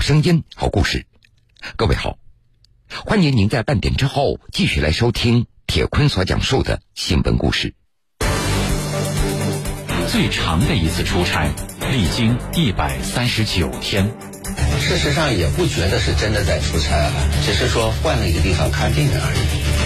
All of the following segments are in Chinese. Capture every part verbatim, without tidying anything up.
声音，好故事。各位好，欢迎您在半点之后继续来收听铁坤所讲述的新闻故事。 最长的一次出差历经一百三十九天， 事实上也不觉得是真的在出差啊，只是说换了一个地方看病人而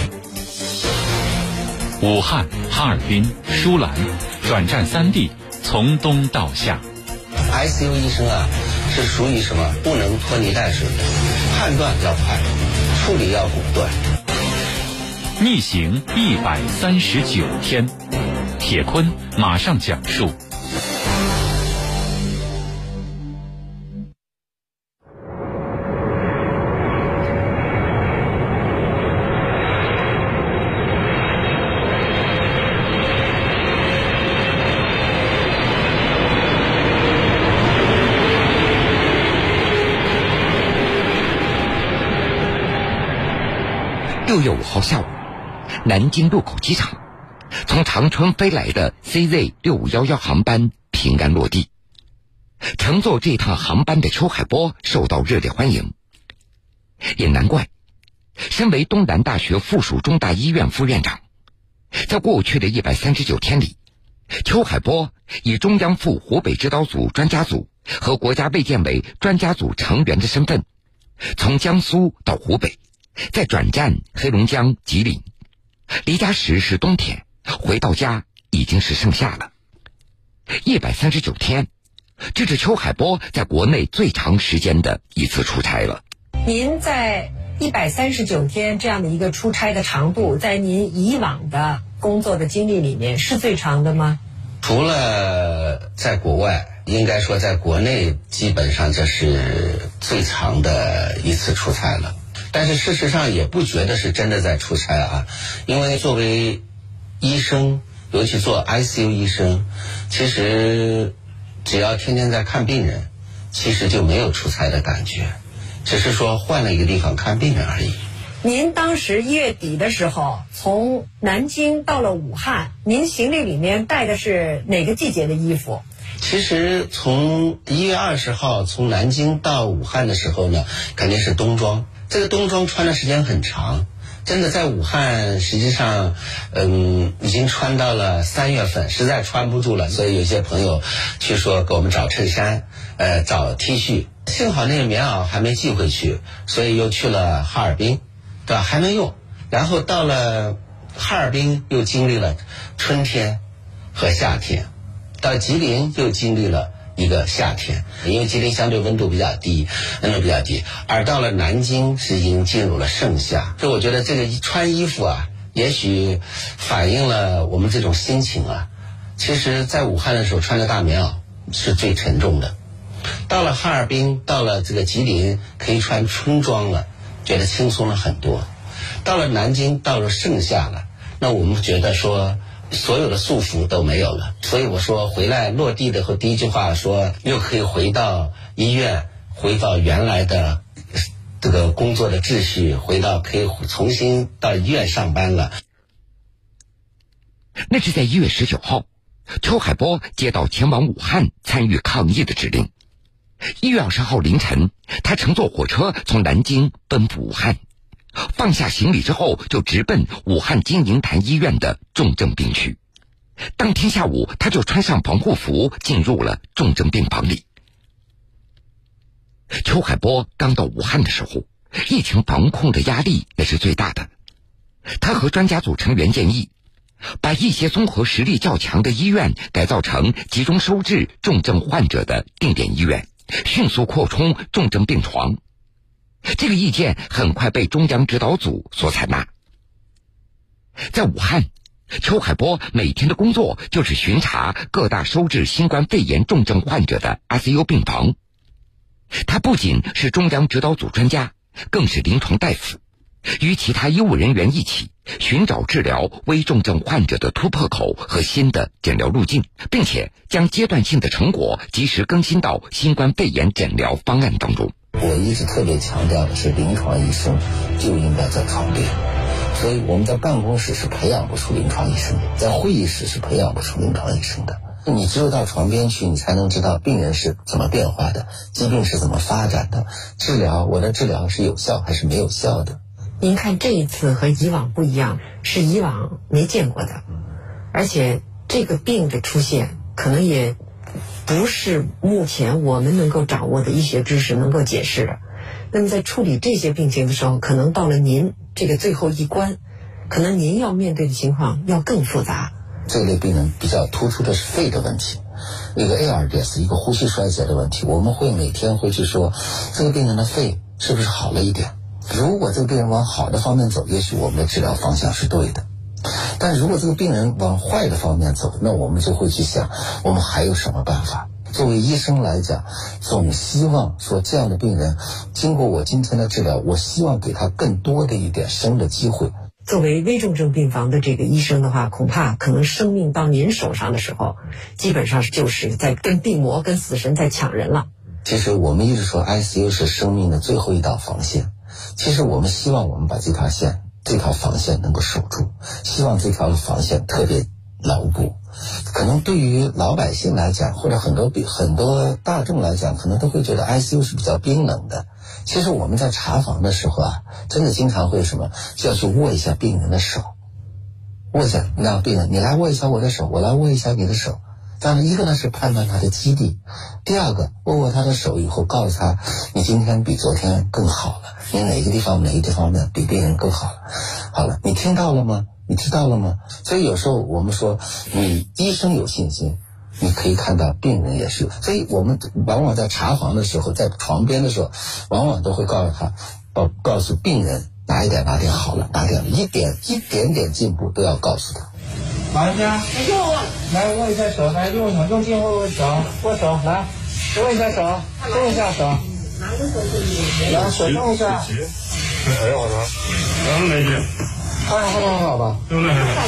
已。武汉、哈尔滨、舒兰，转战三地，从东到夏。 I C U 医生啊，是属于什么？不能拖泥带水的，判断要快，处理要果断。 逆行一百三十九天，铁坤马上讲述。 六月五号下午，南京禄口机场，从长春飞来的 C Z 六五一一航班平安落地。乘坐这趟航班的邱海波受到热烈欢迎，也难怪，身为东南大学附属中大医院副院长，在过去的一百三十九天里，邱海波以中央赴湖北指导组专家组和国家卫健委专家组成员的身份，从江苏到湖北，再转战黑龙江、吉林，离家时是冬天，回到家已经是盛夏了。一百三十九天，这是邱海波在国内最长时间的一次出差了。 您在一百三十九天这样的一个出差的长度，在您以往的工作的经历里面是最长的吗？ 除了在国外，应该说在国内基本上这是最长的一次出差了。但是事实上也不觉得是真的在出差啊，因为作为医生，尤其做 I C U 医生，其实只要天天在看病人，其实就没有出差的感觉，只是说换了一个地方看病人而已。 您当时一月底的时候从南京到了武汉，您行李里面带的是哪个季节的衣服？ 其实从一月二十号从南京到武汉的时候呢，肯定是冬装。这个冬装穿的时间很长，真的在武汉实际上嗯，已经穿到了三月份，实在穿不住了，所以有些朋友去说给我们找衬衫，呃，找 T 恤，幸好那个棉袄还没寄回去，所以又去了哈尔滨，对吧？还能用。然后到了哈尔滨又经历了春天和夏天，到吉林又经历了一个夏天，因为吉林相对温度比较低，温度比较低，而到了南京是已经进入了盛夏。所以我觉得这个穿衣服啊，也许反映了我们这种心情啊。其实在武汉的时候穿着大棉袄是最沉重的，到了哈尔滨，到了这个吉林可以穿春装了，觉得轻松了很多。到了南京，到了盛夏了，那我们觉得说所有的束缚都没有了，所以我说回来落地的后第一句话说又可以回到医院，回到原来的这个工作的秩序，回到可以重新到医院上班了。 那是在一月十九号，邱海波接到前往武汉参与抗疫的指令。一月二十号凌晨，他乘坐火车从南京奔赴武汉，放下行李之后就直奔武汉金银潭医院的重症病区。当天下午，他就穿上防护服进入了重症病房里。邱海波刚到武汉的时候，疫情防控的压力那是最大的。他和专家组成员建议，把一些综合实力较强的医院改造成集中收治重症患者的定点医院，迅速扩充重症病床。这个意见很快被中央指导组所采纳。在武汉，邱海波每天的工作就是巡查各大收治新冠肺炎重症患者的 I C U 病房。他不仅是中央指导组专家，更是临床大夫，与其他医务人员一起寻找治疗危重症患者的突破口和新的诊疗路径，并且将阶段性的成果及时更新到新冠肺炎诊疗方案当中。 我一直特别强调的是，临床医生就应该在床边，所以我们在办公室是培养不出临床医生的，在会议室是培养不出临床医生的。 你只有到床边去，你才能知道病人是怎么变化的，疾病是怎么发展的，治疗我的治疗是有效还是没有效的。 您看这一次和以往不一样，是以往没见过的，而且这个病的出现可能也不是目前我们能够掌握的医学知识能够解释的。那么在处理这些病情的时候，可能到了您这个最后一关，可能您要面对的情况要更复杂。 这类病人比较突出的是肺的问题，一个 A R D S 一个呼吸衰竭的问题，我们会每天会去说这个病人的肺是不是好了一点。如果这个病人往好的方面走，也许我们的治疗方向是对的，但如果这个病人往坏的方面走，那我们就会去想我们还有什么办法。作为医生来讲，总希望说这样的病人经过我今天的治疗，我希望给他更多的一点生的机会。 作为危重症病房的这个医生的话，恐怕可能生命到您手上的时候，基本上就是在跟病魔跟死神在抢人了。 其实我们一直说 I C U 是生命的最后一道防线，其实我们希望我们把这条线这条防线能够守住，希望这条防线特别牢固。可能对于老百姓来讲，或者很多很多大众来讲，可能都会觉得 I C U 是比较冰冷的。其实我们在查房的时候啊，真的经常会什么，就要去握一下病人的手，握一下，让病人你来握一下我的手，我来握一下你的手。当然，一个呢是判断他的基地，第二个握握他的手以后，告诉他你今天比昨天更好了，你哪个地方哪个地方呢比病人更好了。好了，你听到了吗？你知道了吗？所以有时候我们说，你医生有信心，你可以看到病人也是。所以我们往往在查房的时候，在床边的时候，往往都会告诉他，告告诉病人哪一点哪点好了，哪点一点一点点进步都要告诉他。 马家，来握一下手，来用手，用劲握握手，握手，来握一下手，动一下手，来手动一下。 哎呀，我操！能没劲？ 还好，还好，还好吧？ 都那还好。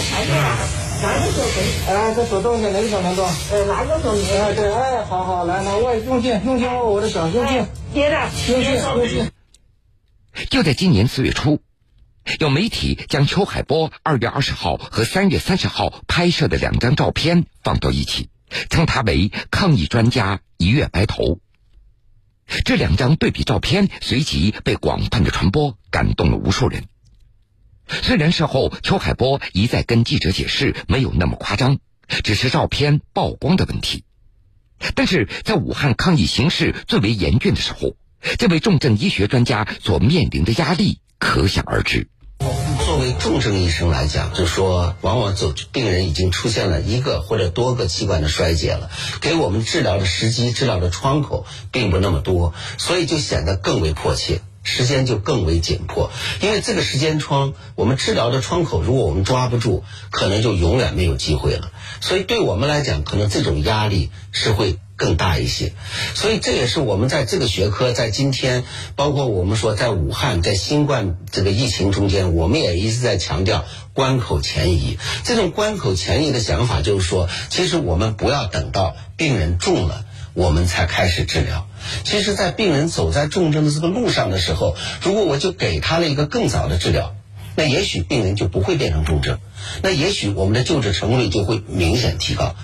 哎，这手动一下，哪个手能动？哎，哪个手能动？哎，对，哎，好好，来，来握，用劲，用劲握我的手，用劲，接着，用劲，用劲。 就在今年四月初，有媒体将邱海波二月二十号和三月三十号拍摄的两张照片放到一起，称他为抗疫专家一跃白头。这两张对比照片随即被广泛的传播，感动了无数人。虽然事后邱海波一再跟记者解释没有那么夸张，只是照片曝光的问题，但是在武汉抗疫形势最为严峻的时候，这位重症医学专家所面临的压力可想而知。 作为重症医生来讲，就是说往往走病人已经出现了一个或者多个器官的衰竭了，给我们治疗的时机、治疗的窗口并不那么多，所以就显得更为迫切，时间就更为紧迫。因为这个时间窗，我们治疗的窗口如果我们抓不住，可能就永远没有机会了。所以对我们来讲，可能这种压力是会更大一些。所以这也是我们在这个学科在今天，包括我们说在武汉，在新冠这个疫情中间，我们也一直在强调关口前移。这种关口前移的想法就是说，其实我们不要等到病人重了我们才开始治疗。其实在病人走在重症的这个路上的时候，如果我就给他了一个更早的治疗，那也许病人就不会变成重症，那也许我们的救治成功率就会明显提高。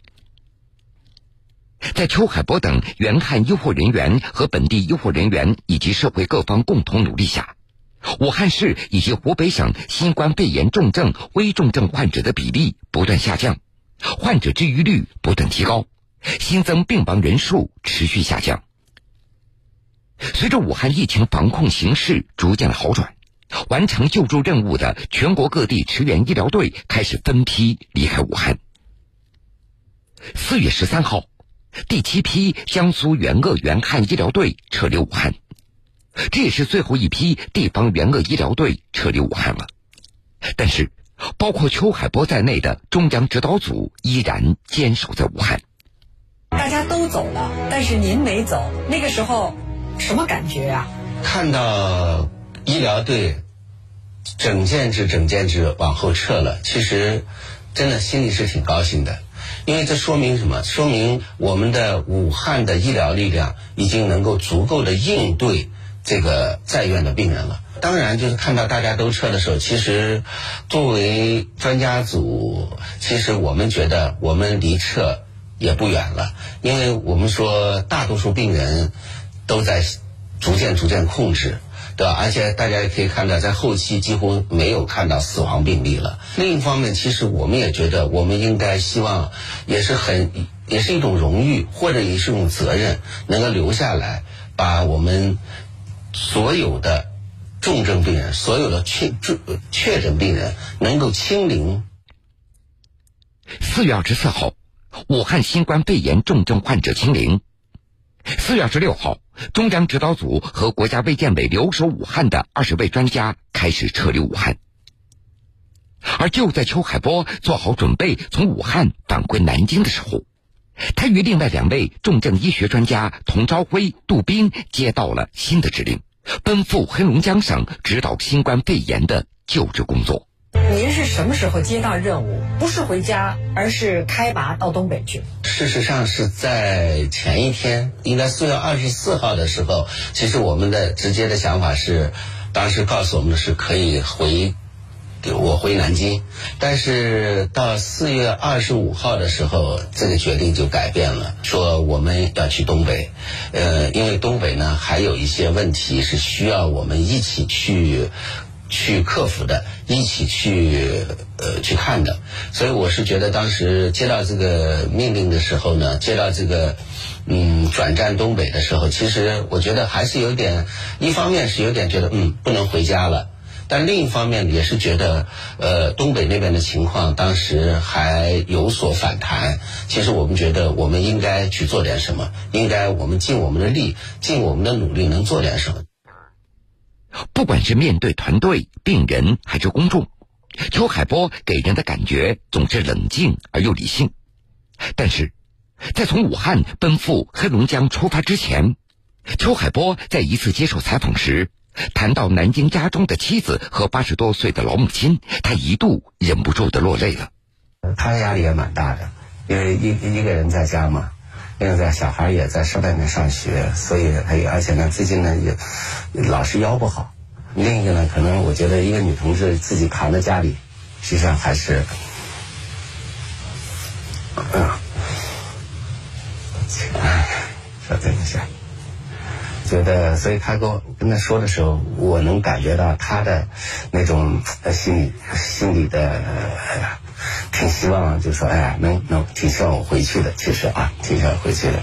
在邱海波等援汉医护人员和本地医护人员以及社会各方共同努力下，武汉市以及湖北省新冠肺炎重症、危重症患者的比例不断下降，患者治愈率不断提高，新增病亡人数持续下降。随着武汉疫情防控形势逐渐的好转，完成救助任务的全国各地驰援医疗队开始分批离开武汉。四月十三号，第七批江苏援鄂援汉医疗队撤离武汉，这也是最后一批地方援鄂医疗队撤离武汉了。但是包括邱海波在内的中央指导组依然坚守在武汉。 大家都走了，但是您没走，那个时候什么感觉呀？ 看到医疗队整件制整件制往后撤了，其实真的心里是挺高兴的。因为这说明什么？说明我们的武汉的医疗力量已经能够足够的应对这个在院的病人了。当然就是看到大家都撤的时候，其实作为专家组，其实我们觉得我们离撤也不远了，因为我们说大多数病人都在逐渐逐渐控制，对吧？而且大家也可以看到，在后期几乎没有看到死亡病例了。另一方面，其实我们也觉得，我们应该希望，也是很，也是一种荣誉，或者也是一种责任，能够留下来，把我们所有的重症病人，所有的确确诊病人能够清零。 四月二十四号，武汉新冠肺炎重症患者清零。四月二十六号，中央指导组和国家卫健委留守武汉的二十位专家开始撤离武汉。而就在邱海波做好准备从武汉返回南京的时候，他与另外两位重症医学专家童朝辉、杜斌接到了新的指令，奔赴黑龙江省指导新冠肺炎的救治工作。 您是什么时候接到任务？不是回家，而是开拔到东北去。 事实上是在前一天，应该四月二十四号的时候，其实我们的直接的想法是，当时告诉我们的是可以回我回南京，但是到四月二十五号的时候，这个决定就改变了，说我们要去东北，呃，因为东北呢还有一些问题是需要我们一起去去克服的，一起去呃去看的。所以我是觉得当时接到这个命令的时候呢，接到这个嗯转战东北的时候，其实我觉得还是有点，一方面是有点觉得嗯不能回家了，但另一方面也是觉得呃东北那边的情况当时还有所反弹，其实我们觉得我们应该去做点什么，应该我们尽我们的力，尽我们的努力能做点什么。 不管是面对团队、病人还是公众，邱海波给人的感觉总是冷静而又理性。但是在从武汉奔赴黑龙江出发之前，邱海波在一次接受采访时谈到南京家中的妻子和八十多岁的老母亲，他一度忍不住的落泪了。 他压力也蛮大的，因为一一个人在家嘛，另外小孩也在外面上学，所以还有而且呢最近呢也老是腰不好。另一个呢，可能我觉得一个女同志自己扛在家里，实际上还是嗯，哎，稍等一下，觉得，所以他跟我跟他说的时候，我能感觉到他的那种呃心里心里的、呃、挺希望，就说哎，能能挺希望我回去的，其实啊，挺希望回去的。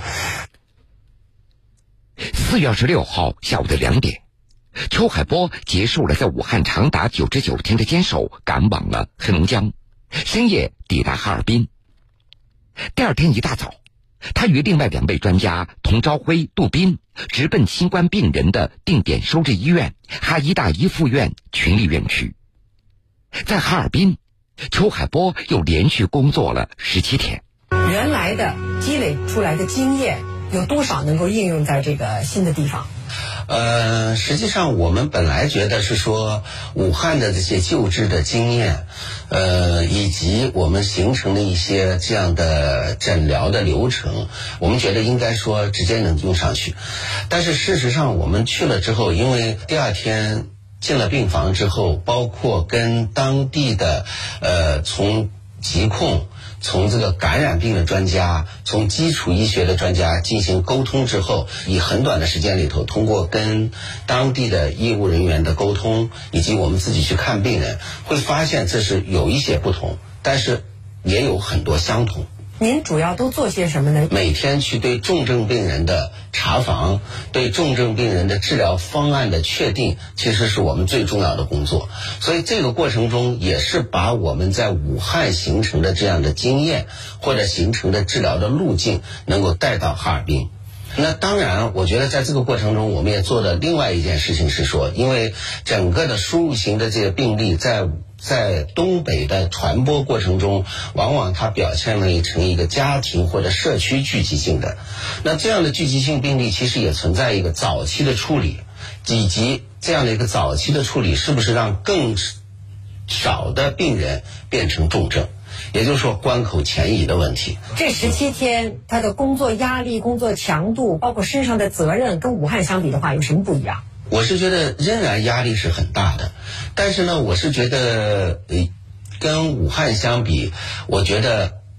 四月二十六号下午的两点，邱海波结束了在武汉长达九十九天的坚守，赶往了黑龙江，深夜抵达哈尔滨。第二天一大早，他与另外两位专家童朝辉、杜斌直奔新冠病人的定点收治医院哈医大一附院群力院区。在哈尔滨，邱海波又连续工作了十七天。 原来的积累出来的经验有多少能够应用在这个新的地方？ 呃，实际上我们本来觉得是说武汉的这些救治的经验，呃，以及我们形成的一些这样的诊疗的流程，我们觉得应该说直接能用上去。但是事实上我们去了之后，因为第二天进了病房之后，包括跟当地的呃从疾控从这个感染病的专家，从基础医学的专家进行沟通之后，以很短的时间里头，通过跟当地的医务人员的沟通，以及我们自己去看病人，会发现这是有一些不同，但是也有很多相同。 您主要都做些什么呢？ 每天去对重症病人的查房，对重症病人的治疗方案的确定，其实是我们最重要的工作。所以这个过程中也是把我们在武汉形成的这样的经验，或者形成的治疗的路径，能够带到哈尔滨。那当然我觉得在这个过程中我们也做了另外一件事情，是说因为整个的输入型的这个病例在在东北的传播过程中，往往它表现为成一个家庭或者社区聚集性的。那这样的聚集性病例其实也存在一个早期的处理，以及这样的一个早期的处理是不是让更少的病人变成重症，也就是说关口前移的问题。 这十七天他的工作压力、工作强度，包括身上的责任，跟武汉相比的话有什么不一样？ 我是觉得仍然压力是很大的，但是呢，我是觉得呃，跟武汉相比，我觉得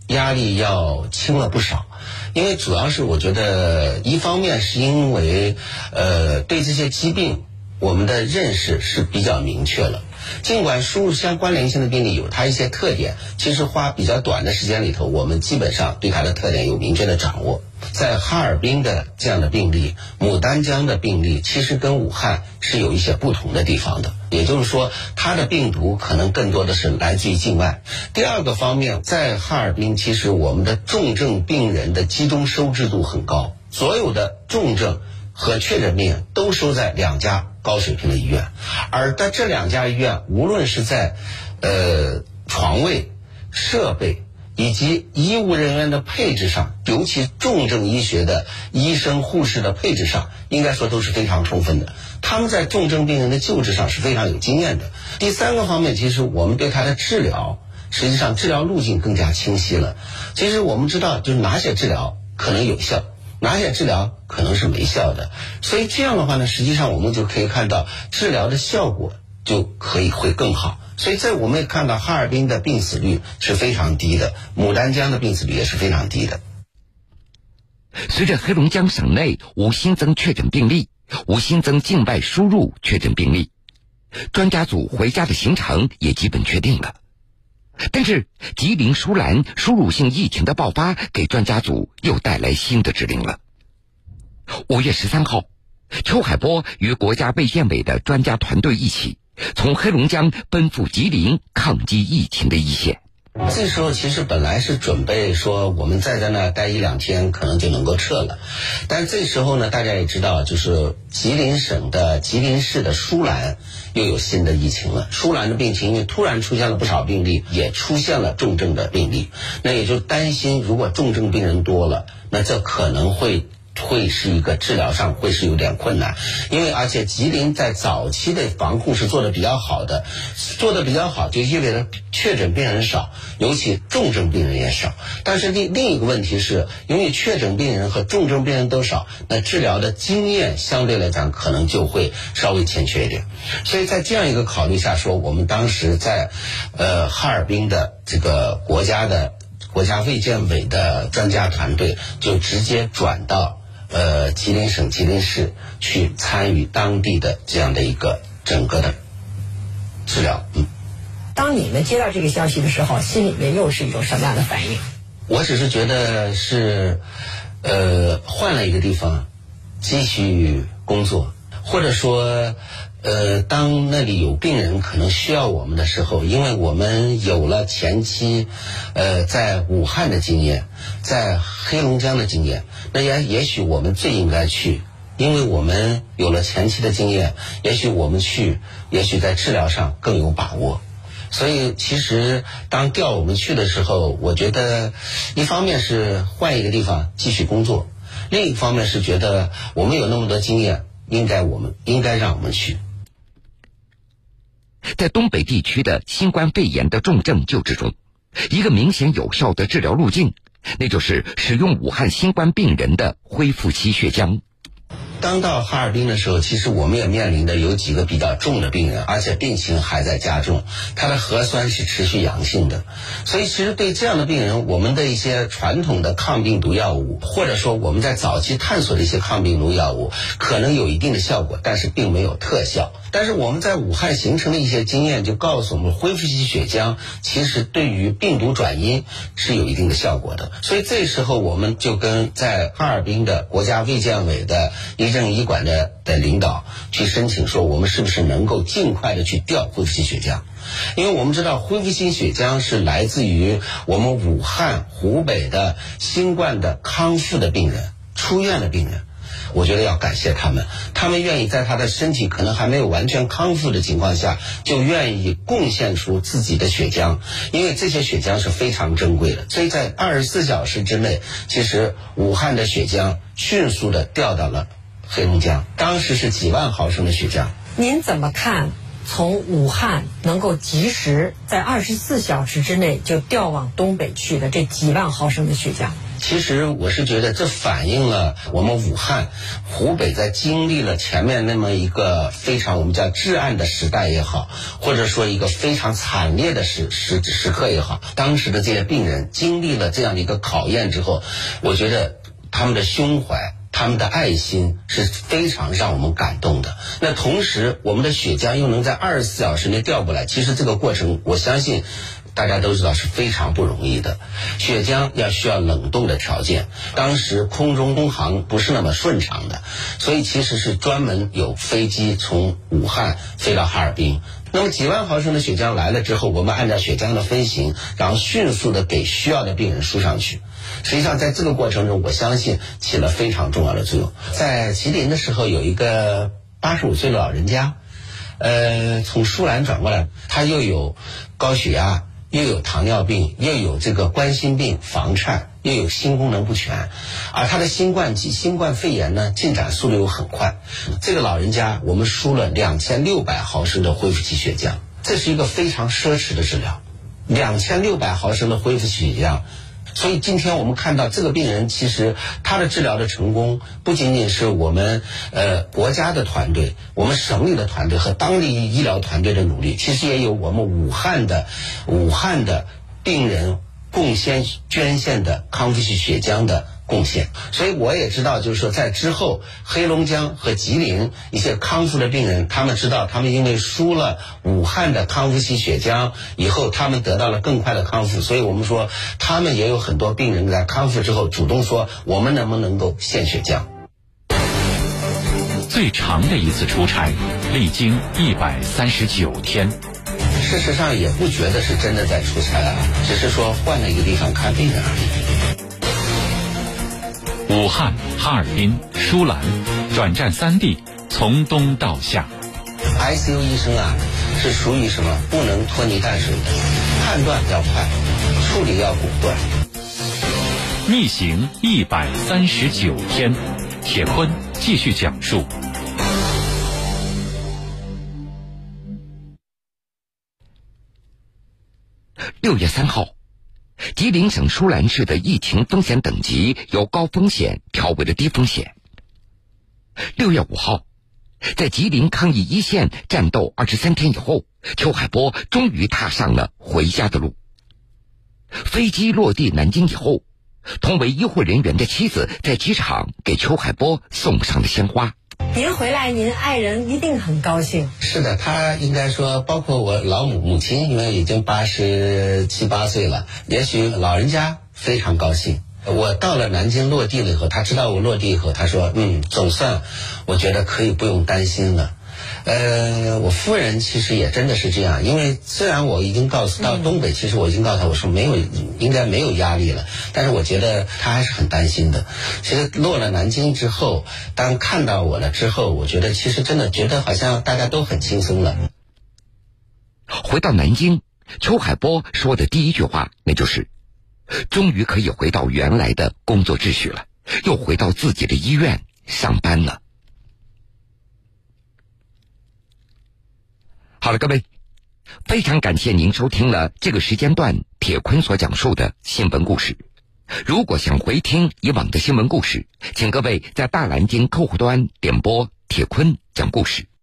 压力要轻了不少。因为主要是我觉得一方面是因为呃对这些疾病我们的认识是比较明确了，尽管输入相关联性的病例有它一些特点，其实花比较短的时间里头，我们基本上对它的特点有明确的掌握。在哈尔滨的这样的病例，牡丹江的病例，其实跟武汉是有一些不同的地方的，也就是说它的病毒可能更多的是来自于境外。第二个方面，在哈尔滨其实我们的重症病人的集中收治度很高，所有的重症和确诊病人都收在两家高水平的医院，而在这两家医院，无论是在呃床位、设备以及医务人员的配置上，尤其重症医学的医生护士的配置上，应该说都是非常充分的。他们在重症病人的救治上是非常有经验的。第三个方面，其实我们对他的治疗，实际上治疗路径更加清晰了。其实我们知道，就是哪些治疗可能有效，哪些治疗可能是没效的，所以这样的话呢，实际上我们就可以看到治疗的效果就可以会更好。所以这我们也看到哈尔滨的病死率是非常低的，牡丹江的病死率也是非常低的。 随着黑龙江省内无新增确诊病例，无新增境外输入确诊病例，专家组回家的行程也基本确定了。但是吉林舒兰输入性疫情的爆发给专家组又带来新的指令了。五月十三号，邱海波与国家卫健委的专家团队一起从黑龙江奔赴吉林抗击疫情的一线。 这时候其实本来是准备说我们再在那待一两天可能就能够撤了，但这时候呢，大家也知道，就是吉林省的吉林市的舒兰又有新的疫情了。舒兰的病情因为突然出现了不少病例，也出现了重症的病例，那也就担心如果重症病人多了，那这可能会会是一个治疗上会是有点困难。因为而且吉林在早期的防控是做的比较好的，做的比较好就意味着确诊病人少，尤其重症病人也少。但是另另一个问题是，因为确诊病人和重症病人都少，那治疗的经验相对来讲可能就会稍微欠缺一点。所以在这样一个考虑下说，我们当时在呃哈尔滨的这个国家的国家卫健委的专家团队就直接转到呃，吉林省吉林市去参与当地的这样的一个整个的治疗。嗯， 当你们接到这个消息的时候，心里面又是一种什么样的反应？ 我只是觉得是，呃，换了一个地方继续工作，或者说，呃，当那里有病人可能需要我们的时候，因为我们有了前期，呃，在武汉的经验，在黑龙江的经验，那也也许我们最应该去，因为我们有了前期的经验，也许我们去，也许在治疗上更有把握。所以其实当调我们去的时候，我觉得一方面是换一个地方继续工作，另一方面是觉得我们有那么多经验，应该我们应该让我们去。 在东北地区的新冠肺炎的重症救治中，一个明显有效的治疗路径，那就是使用武汉新冠病人的恢复期血浆。 当到哈尔滨的时候，其实我们也面临的有几个比较重的病人，而且病情还在加重，他的核酸是持续阳性的。所以其实对这样的病人，我们的一些传统的抗病毒药物，或者说我们在早期探索的一些抗病毒药物，可能有一定的效果，但是并没有特效。但是我们在武汉形成的一些经验就告诉我们，恢复期血浆其实对于病毒转阴是有一定的效果的。所以这时候我们就跟在哈尔滨的国家卫健委的医政医管的的领导去申请说，我们是不是能够尽快的去调恢复期血浆。因为我们知道恢复期血浆是来自于我们武汉湖北的新冠的康复的病人，出院的病人，我觉得要感谢他们，他们愿意在他的身体可能还没有完全康复的情况下，就愿意贡献出自己的血浆，因为这些血浆是非常珍贵的。所以在二十四小时之内，其实武汉的血浆迅速的调到了黑龙江，当时是几万毫升的血浆。 您怎么看从武汉能够及时在二十四小时之内就调往东北去的这几万毫升的血浆？ 其其实我是觉得这反映了我们武汉、湖北在经历了前面那么一个非常我们叫至暗的时代也好，或者说一个非常惨烈的时时时刻也好，当时的这些病人经历了这样的一个考验之后，我觉得他们的胸怀、他们的爱心是非常让我们感动的。那同时我们的血浆又能在二十四小时内调过来，其实这个过程我相信大家都知道是非常不容易的。血浆要需要冷冻的条件，当时空中空航不是那么顺畅的，所以其实是专门有飞机从武汉飞到哈尔滨。那么几万毫升的血浆来了之后，我们按照血浆的分型，然后迅速的给需要的病人输上去。实际上在这个过程中，我相信起了非常重要的作用。在吉林的时候，有一个八十五岁的老人家，呃，从舒兰转过来，他又有高血压，又有糖尿病，又有这个冠心病、房颤，又有心功能不全，而他的新冠及新冠肺炎呢，进展速度又很快。这个老人家，我们输了两千六百毫升的恢复期血浆，这是一个非常奢侈的治疗，两千六百毫升的恢复期血浆。所以今天我们看到这个病人，其实他的治疗的成功，不仅仅是我们呃国家的团队、我们省里的团队和当地医疗团队的努力，其实也有我们武汉的武汉的病人贡献捐献的康复期血浆的贡献。所以我也知道，就是说在之后黑龙江和吉林一些康复的病人，他们知道他们因为输了武汉的康复期血浆以后，他们得到了更快的康复。所以我们说他们也有很多病人在康复之后主动说，我们能不能够献血浆。 最长的一次出差历经一百三十九天， 事实上也不觉得是真的在出差啊，只是说换了一个地方看病人而已。 武汉、哈尔滨、舒兰，转战三地，从东到夏。 I C U 医生啊，是属于什么？不能拖泥带水的，判断要快，处理要果断。 逆行一百三十九天，铁坤继续讲述。 六月三号，吉林省舒兰市的疫情风险等级由高风险调为了低风险。六月五号，在吉林抗疫一线战斗二十三天以后，邱海波终于踏上了回家的路。飞机落地南京以后，同为医护人员的妻子在机场给邱海波送上了鲜花。 您回来，您爱人一定很高兴。 是的，他应该说，包括我老母母亲，因为已经八十七八岁了，也许老人家非常高兴。我到了南京落地了以后，他知道我落地以后，他说嗯，总算我觉得可以不用担心了。呃，我夫人其实也真的是这样，因为虽然我已经告诉到东北，嗯、其实我已经告诉他我说没有，应该没有压力了，但是我觉得他还是很担心的。其实落了南京之后，当看到我了之后，我觉得其实真的觉得好像大家都很轻松了。 回到南京，邱海波说的第一句话，那就是终于可以回到原来的工作秩序了，又回到自己的医院上班了。好了，各位，非常感谢您收听了这个时间段铁坤所讲述的新闻故事。如果想回听以往的新闻故事，请各位在大蓝鲸客户端点播铁坤讲故事。